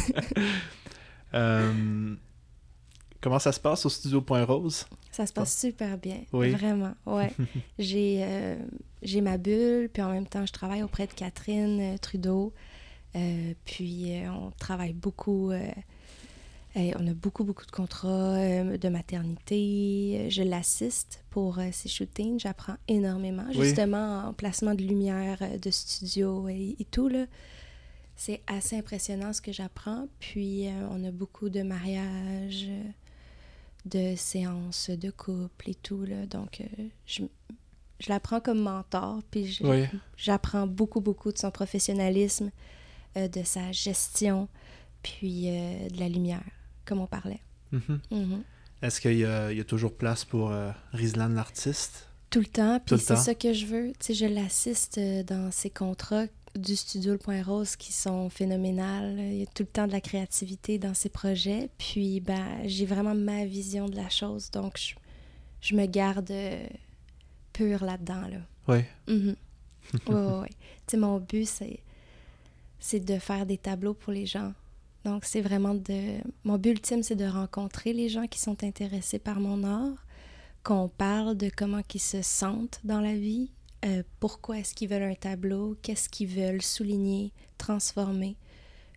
euh, comment ça se passe au Studio Point Rose? Ça se passe oh. super bien. Oui. Vraiment, ouais. j'ai, euh, j'ai ma bulle, puis en même temps, je travaille auprès de Catherine euh, Trudeau. Euh, puis euh, on travaille beaucoup... Euh, Et on a beaucoup, beaucoup de contrats euh, de maternité. Je l'assiste pour euh, ses shootings. J'apprends énormément, oui. justement, en placement de lumière, euh, de studio et, et tout, là. C'est assez impressionnant ce que j'apprends. Puis, euh, on a beaucoup de mariages, euh, de séances de couple et tout, là. Donc, euh, je, je l'apprends comme mentor. Puis, je, oui. j'apprends beaucoup, beaucoup de son professionnalisme, euh, de sa gestion, puis euh, de la lumière. Comme on parlait. Mm-hmm. Mm-hmm. Est-ce qu'il y a, il y a toujours place pour euh, Rizlan l'artiste? Tout le temps, puis c'est temps. ça que je veux. Tu sais, je l'assiste dans ses contrats du studio Le Point Rose qui sont phénoménales. Il y a tout le temps de la créativité dans ses projets. Puis, ben, j'ai vraiment ma vision de la chose. Donc, je, je me garde euh, pure là-dedans, là. Oui. Mm-hmm. Oui, oui, oui. Tu sais, mon but, c'est, c'est de faire des tableaux pour les gens. Donc, c'est vraiment de... Mon but ultime, c'est de rencontrer les gens qui sont intéressés par mon art, qu'on parle de comment ils se sentent dans la vie, euh, pourquoi est-ce qu'ils veulent un tableau, qu'est-ce qu'ils veulent souligner, transformer.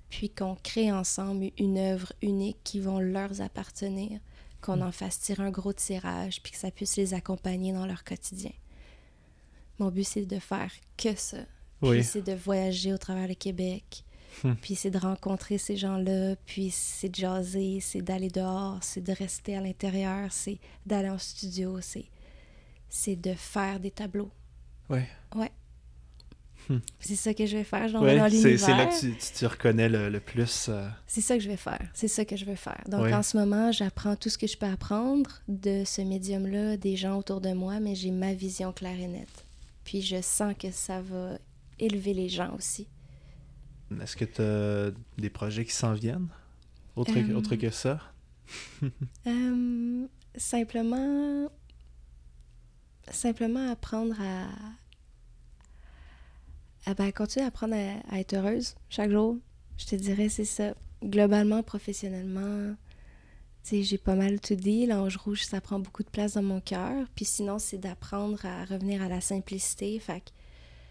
puis qu'on crée ensemble une œuvre unique qui va leur appartenir, qu'on mm. en fasse tirer un gros tirage, puis que ça puisse les accompagner dans leur quotidien. Mon but, c'est de faire que ça. Puis oui. c'est de voyager au travers le Québec, mm. puis c'est de rencontrer ces gens-là, puis c'est de jaser, c'est d'aller dehors, c'est de rester à l'intérieur, c'est d'aller en studio, c'est, c'est de faire des tableaux. Oui. Ouais. Hmm. C'est ça que je vais faire, genre ouais, dans l'univers. C'est, c'est là que tu, tu, tu reconnais le, le plus. Euh... C'est ça que je vais faire. C'est ça que je veux faire. Donc, ouais. en ce moment, j'apprends tout ce que je peux apprendre de ce médium-là, des gens autour de moi, mais j'ai ma vision claire et nette. Puis, je sens que ça va élever les gens aussi. Est-ce que tu as des projets qui s'en viennent? Autre, um... autre que ça? um, simplement... Simplement apprendre à... Ah ben, continuer à apprendre à, à être heureuse chaque jour. Je te dirais, c'est ça. Globalement, professionnellement, tu sais, j'ai pas mal tout dit. L'ange rouge, ça prend beaucoup de place dans mon cœur. Puis sinon, c'est d'apprendre à revenir à la simplicité. Fait que,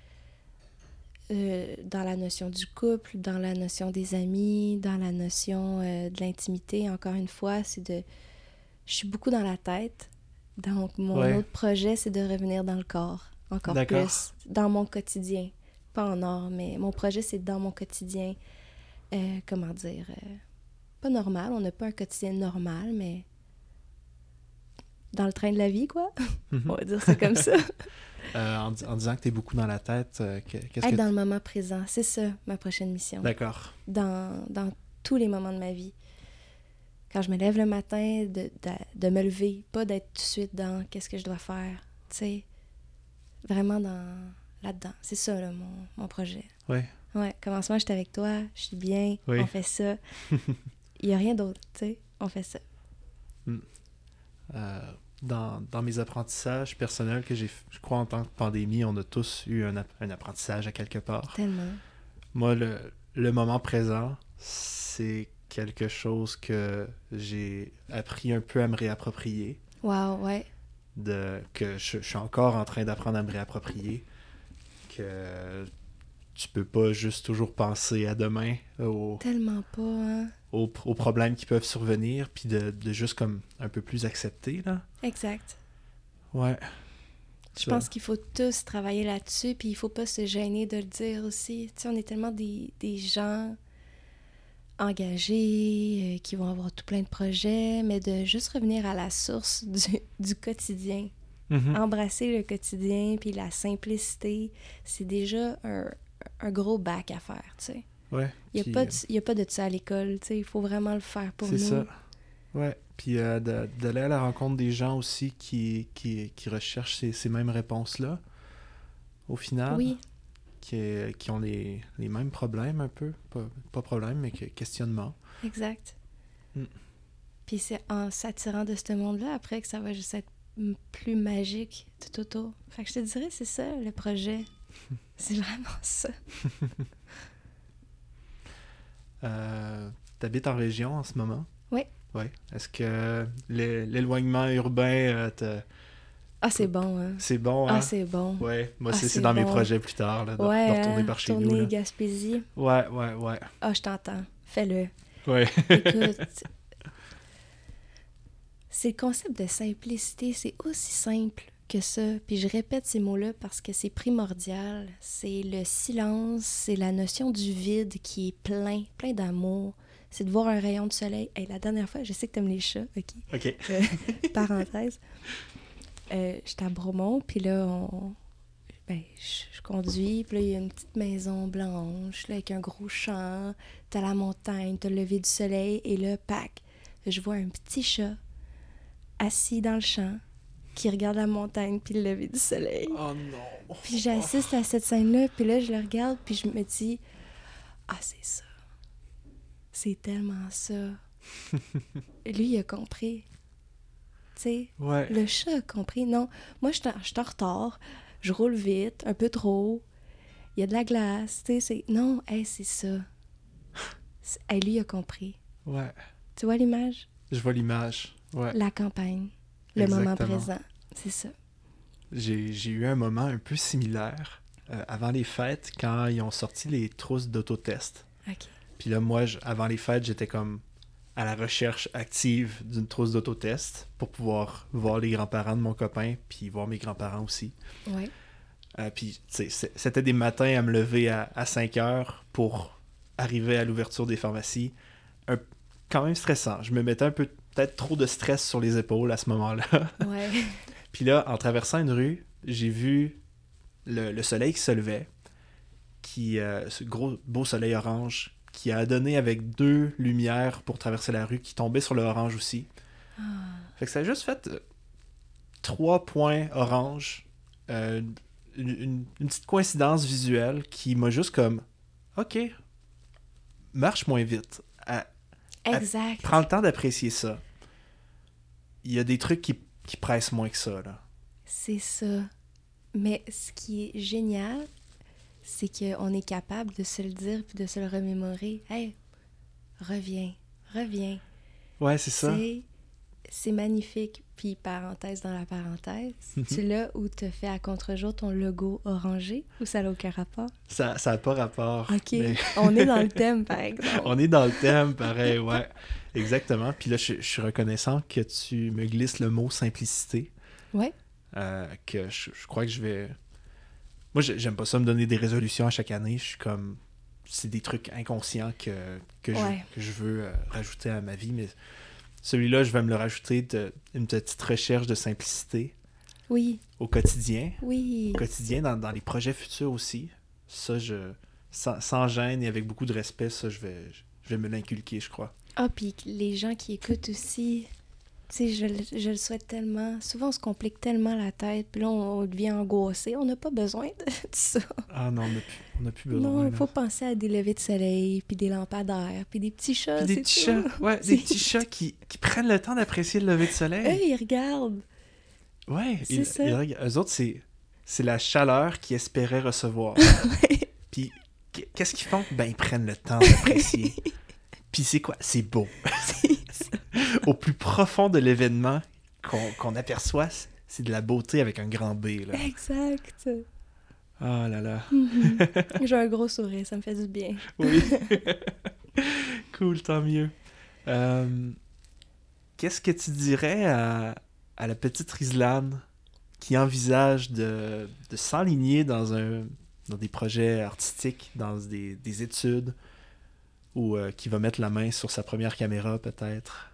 euh, dans la notion du couple, dans la notion des amis, dans la notion euh, de l'intimité, encore une fois, c'est de... Je suis beaucoup dans la tête. Donc, mon ouais. autre projet, c'est de revenir dans le corps. Encore D'accord. plus. Dans mon quotidien. Pas en or, mais mon projet, c'est dans mon quotidien. Euh, comment dire? Euh, pas normal, on n'a pas un quotidien normal, mais dans le train de la vie, quoi. Mm-hmm. On va dire ça comme ça. euh, en, en disant que tu es beaucoup dans la tête, euh, qu'est-ce Être que... dans le moment présent, c'est ça, ma prochaine mission. D'accord. Dans, dans tous les moments de ma vie. Quand je me lève le matin, de, de, de me lever, pas d'être tout de suite dans qu'est-ce que je dois faire, tu sais. Vraiment dans... là-dedans. C'est ça, là, mon, mon projet. Oui. Ouais, commencement, j'étais avec toi, je suis bien, oui. on fait ça. Il n'y a rien d'autre, tu sais, on fait ça. Mm. Euh, dans, dans mes apprentissages personnels que j'ai, je crois en tant que pandémie, on a tous eu un, un apprentissage à quelque part. Tellement. Moi, le, le moment présent, c'est quelque chose que j'ai appris un peu à me réapproprier. Wow, ouais. De, que je, je suis encore en train d'apprendre à me réapproprier. Que tu peux pas juste toujours penser à demain aux, Tellement pas, hein? aux, aux problèmes qui peuvent survenir, puis de, de juste comme un peu plus accepter, là. Exact. Ouais. Je ça. pense qu'il faut tous travailler là-dessus, puis il faut pas se gêner de le dire aussi. Tu sais, on est tellement des, des gens engagés, euh, qui vont avoir tout plein de projets, mais de juste revenir à la source du, du quotidien. Mm-hmm. Embrasser le quotidien, puis la simplicité, c'est déjà un, un gros bac à faire, tu sais. Ouais. Il n'y a, euh... a pas de ça à l'école, tu sais. Il faut vraiment le faire pour c'est nous. C'est ça. Ouais. Puis euh, de, d'aller à la rencontre des gens aussi qui, qui, qui recherchent ces, ces mêmes réponses-là, au final. Oui. Qui, qui ont les, les mêmes problèmes un peu. Pas, pas problèmes, mais que, questionnements. Exact. Mm. Puis c'est en s'attirant de ce monde-là, après, que ça va juste être plus magique tout autour. Fait que je te dirais, c'est ça, le projet. C'est vraiment ça. euh, t'habites en région en ce moment? Oui. Oui. Est-ce que l'éloignement urbain euh, te... Ah, c'est bon, hein? C'est bon, hein? Ah, c'est bon. Oui. Moi, ah, c'est, c'est, c'est dans bon. mes projets plus tard, là, de, ouais, de retourner par chez nous. Retourner Gaspésie. Ouais, ouais, ouais. Ah, je t'entends. Fais-le. Oui. Écoute... C'est le concept de simplicité, c'est aussi simple que ça. Puis je répète ces mots-là parce que c'est primordial. C'est le silence, c'est la notion du vide qui est plein, plein d'amour. C'est de voir un rayon de soleil. Hey, la dernière fois, je sais que t'aimes les chats, OK? OK. Euh, parenthèse. Euh, j'étais à Bromont, puis là, on... ben, je, je conduis, puis là, il y a une petite maison blanche, là, avec un gros champ. T'as la montagne, t'as le lever du soleil, et là, pac, je vois un petit chat assis dans le champ, qui regarde la montagne puis le lever du soleil. Oh non! Puis j'assiste à cette scène-là, puis là, je le regarde, puis je me dis « Ah, c'est ça. C'est tellement ça. » Lui, il a compris. Tu sais, ouais. Le chat a compris. Non, moi, je suis en retard, je roule vite, un peu trop, il y a de la glace, tu sais, c'est... Non, hey, c'est ça. C'est... Hey, lui, il a compris. Ouais. Tu vois l'image? Je vois l'image. Ouais. La campagne, le Exactement. Moment présent, c'est ça. J'ai, j'ai eu un moment un peu similaire euh, avant les fêtes, quand ils ont sorti les trousses d'autotest. OK. Puis là, moi, je, avant les fêtes, j'étais comme à la recherche active d'une trousse d'autotest pour pouvoir voir les grands-parents de mon copain, puis voir mes grands-parents aussi. Ouais. Euh, puis, tu sais, c'était des matins à me lever à, à cinq heures pour arriver à l'ouverture des pharmacies. Un, quand même stressant. Je me mettais un peu, peut-être trop de stress sur les épaules à ce moment-là. Ouais. Puis là, en traversant une rue, j'ai vu le, le soleil qui se levait, qui, euh, ce gros beau soleil orange, qui a donné avec deux lumières pour traverser la rue, qui tombaient sur le orange aussi. Ah. Fait que ça a juste fait euh, trois points orange, euh, une, une, une petite coïncidence visuelle qui m'a juste comme, ok, marche moins vite. À, Exact. à, prends le temps d'apprécier ça. Il y a des trucs qui, qui pressent moins que ça, là. C'est ça. Mais ce qui est génial, c'est qu'on est capable de se le dire puis de se le remémorer. Hey, reviens, reviens. Ouais, c'est ça. C'est, c'est magnifique. Puis, parenthèse dans la parenthèse, tu l'as où tu fait à contre-jour ton logo orangé ou ça n'a aucun rapport? Ça n'a pas rapport. OK. Mais... On est dans le thème, par exemple. On est dans le thème, pareil, ouais. Exactement. Puis là, je, je suis reconnaissant que tu me glisses le mot simplicité. Ouais. Euh, que je, je crois que je vais... Moi, j'aime pas ça me donner des résolutions à chaque année. Je suis comme... C'est des trucs inconscients que, que, ouais. je, que je veux euh, rajouter à ma vie, mais celui-là, je vais me le rajouter de, une petite recherche de simplicité. Oui. Au quotidien. Oui. Au quotidien, dans, dans les projets futurs aussi. Ça, je... Sans, sans gêne et avec beaucoup de respect, ça, je vais, je vais me l'inculquer, je crois. Ah, puis les gens qui écoutent aussi... Tu sais, je, je le souhaite tellement. Souvent, on se complique tellement la tête, puis là, on, on devient angoissé. On n'a pas besoin de, de ça. Ah non, on n'a plus, on n'a plus besoin. Non, il là. faut penser à des levées de soleil, puis des lampadaires, puis des petits chats, puis des c'est petits tout. chats, ouais, des petits chats qui, qui prennent le temps d'apprécier le lever de soleil. Eux, ils regardent. Ouais, c'est ils, ça. ils regardent. Eux autres, c'est, c'est la chaleur qu'ils espéraient recevoir. Puis, qu'est-ce qu'ils font? Ben, ils prennent le temps d'apprécier. Puis c'est quoi? C'est beau. Au plus profond de l'événement qu'on, qu'on aperçoit, c'est de la beauté avec un grand B. Là. Exact. Ah oh là là. Mm-hmm. J'ai un gros sourire, ça me fait du bien. Oui. Cool, tant mieux. Euh, qu'est-ce que tu dirais à, à la petite Rislane qui envisage de, de s'enligner dans, un, dans des projets artistiques, dans des, des études, ou euh, qui va mettre la main sur sa première caméra, peut-être?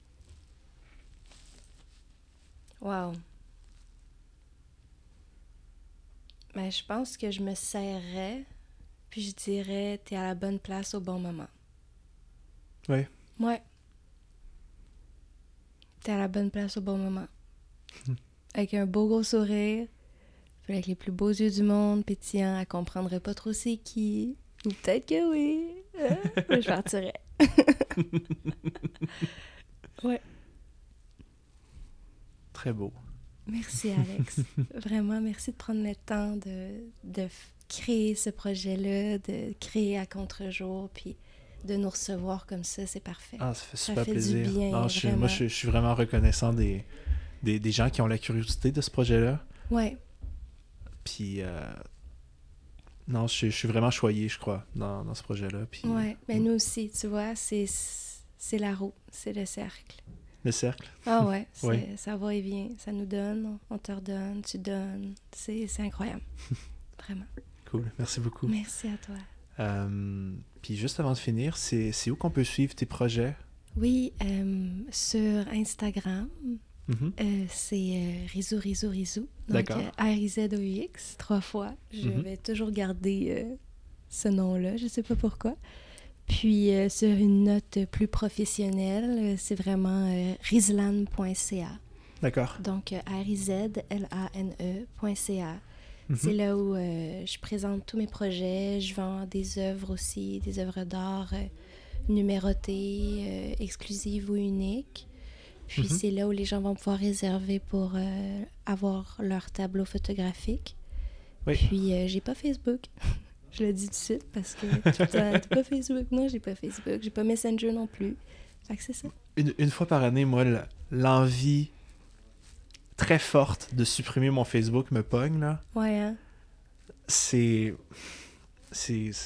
Wow. Ben, je pense que je me serrais, puis je dirais, t'es à la bonne place au bon moment. Oui. Ouais. T'es à la bonne place au bon moment. Avec un beau gros sourire, puis avec les plus beaux yeux du monde, pétillants, elle comprendrait pas trop c'est qui. Ou peut-être que oui. Hein? Je partirais. Ouais. Très beau. Merci, Alex. Vraiment, merci de prendre le temps de, de créer ce projet-là, de créer à contre-jour, puis de nous recevoir comme ça, c'est parfait. Ah, ça fait super ça fait plaisir. Du bien, non, je, moi, je, je suis vraiment reconnaissant des, des, des gens qui ont la curiosité de ce projet-là. Ouais. Puis, euh, non, je, je suis vraiment choyé, je crois, dans, dans ce projet-là. Puis, ouais, mais mm. nous aussi, tu vois, c'est, c'est la roue, c'est le cercle. Le cercle. Ah ouais, c'est, oui. ça va et vient. Ça nous donne, on te redonne, tu donnes. C'est, c'est incroyable. Vraiment. Cool, merci beaucoup. Merci à toi. Euh, puis juste avant de finir, c'est, c'est où qu'on peut suivre tes projets? Oui, euh, sur Instagram, mm-hmm. euh, c'est euh, Rizou, Rizou, Rizou. Donc, D'accord. euh, R I Z O U X, trois fois. Je mm-hmm. vais toujours garder euh, ce nom-là, je sais pas pourquoi. Puis, euh, sur une note plus professionnelle, euh, c'est vraiment euh, rislane point c a. D'accord. Donc, euh, R I Z L A N E point c a. Mm-hmm. C'est là où euh, je présente tous mes projets. Je vends des œuvres aussi, des œuvres d'art euh, numérotées, euh, exclusives ou uniques. Puis, mm-hmm. c'est là où les gens vont pouvoir réserver pour euh, avoir leur tableau photographique. Oui. Puis, euh, j'ai pas Facebook. Je le dis tout de suite parce que tout le temps, t'as pas Facebook? Non, j'ai pas Facebook. J'ai pas Messenger non plus. Fait que c'est ça. Une, une fois par année, moi, l'envie très forte de supprimer mon Facebook me pogne, là. Ouais, hein? C'est... C'est... c'est...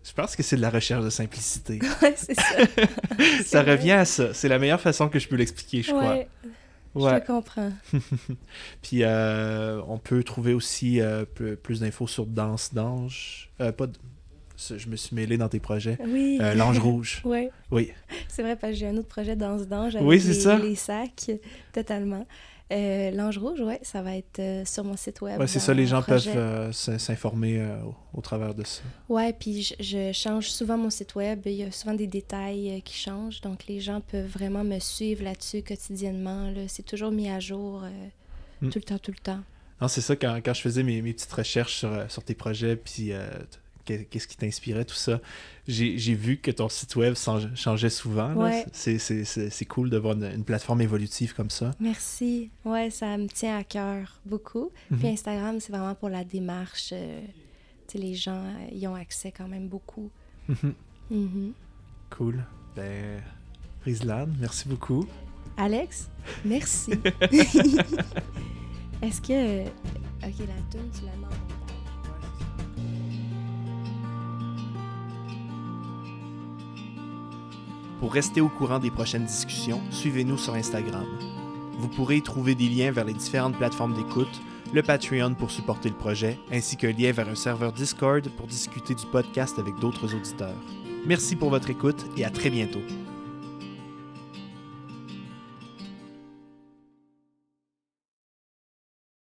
Je pense que c'est de la recherche de simplicité. Ouais, c'est ça. Ça revient à ça. C'est la meilleure façon que je peux l'expliquer, je crois. Ouais, Ouais. je te comprends. Puis euh, on peut trouver aussi euh, plus, plus d'infos sur Danse d'Ange. Euh, pas de... Je me suis mêlé dans tes projets. Oui. Euh, L'Ange Rouge. Oui. Oui. C'est vrai, parce que j'ai un autre projet Danse d'Ange avec Oui, c'est les, ça. les sacs, totalement. Euh, L'Ange Rouge, ouais, ça va être euh, sur mon site web. Ouais, c'est dans ça, les gens projet. peuvent euh, s'informer euh, au, au travers de ça. Ouais, puis je, je change souvent mon site web. Il y a souvent des détails euh, qui changent. Donc, les gens peuvent vraiment me suivre là-dessus quotidiennement. Là. C'est toujours mis à jour euh, mm. tout le temps, tout le temps. Non, c'est ça, quand, quand je faisais mes, mes petites recherches sur, sur tes projets, puis euh, qu'est-ce qui t'inspirait, tout ça, j'ai, j'ai vu que ton site web changeait souvent. Là. Ouais. C'est, c'est, c'est, c'est cool de voir une, une plateforme évolutive comme ça. Merci. Ouais, ça me tient à cœur beaucoup. Mm-hmm. Puis Instagram, c'est vraiment pour la démarche. Euh, tu sais, les gens euh, y ont accès quand même beaucoup. Mm-hmm. Mm-hmm. Cool. Ben, Rizlan, merci beaucoup. Alex, merci. Est-ce que... Ok, la toune, tu la mets en montage. Pour rester au courant des prochaines discussions, suivez-nous sur Instagram. Vous pourrez y trouver des liens vers les différentes plateformes d'écoute, le Patreon pour supporter le projet, ainsi qu'un lien vers un serveur Discord pour discuter du podcast avec d'autres auditeurs. Merci pour votre écoute et à très bientôt.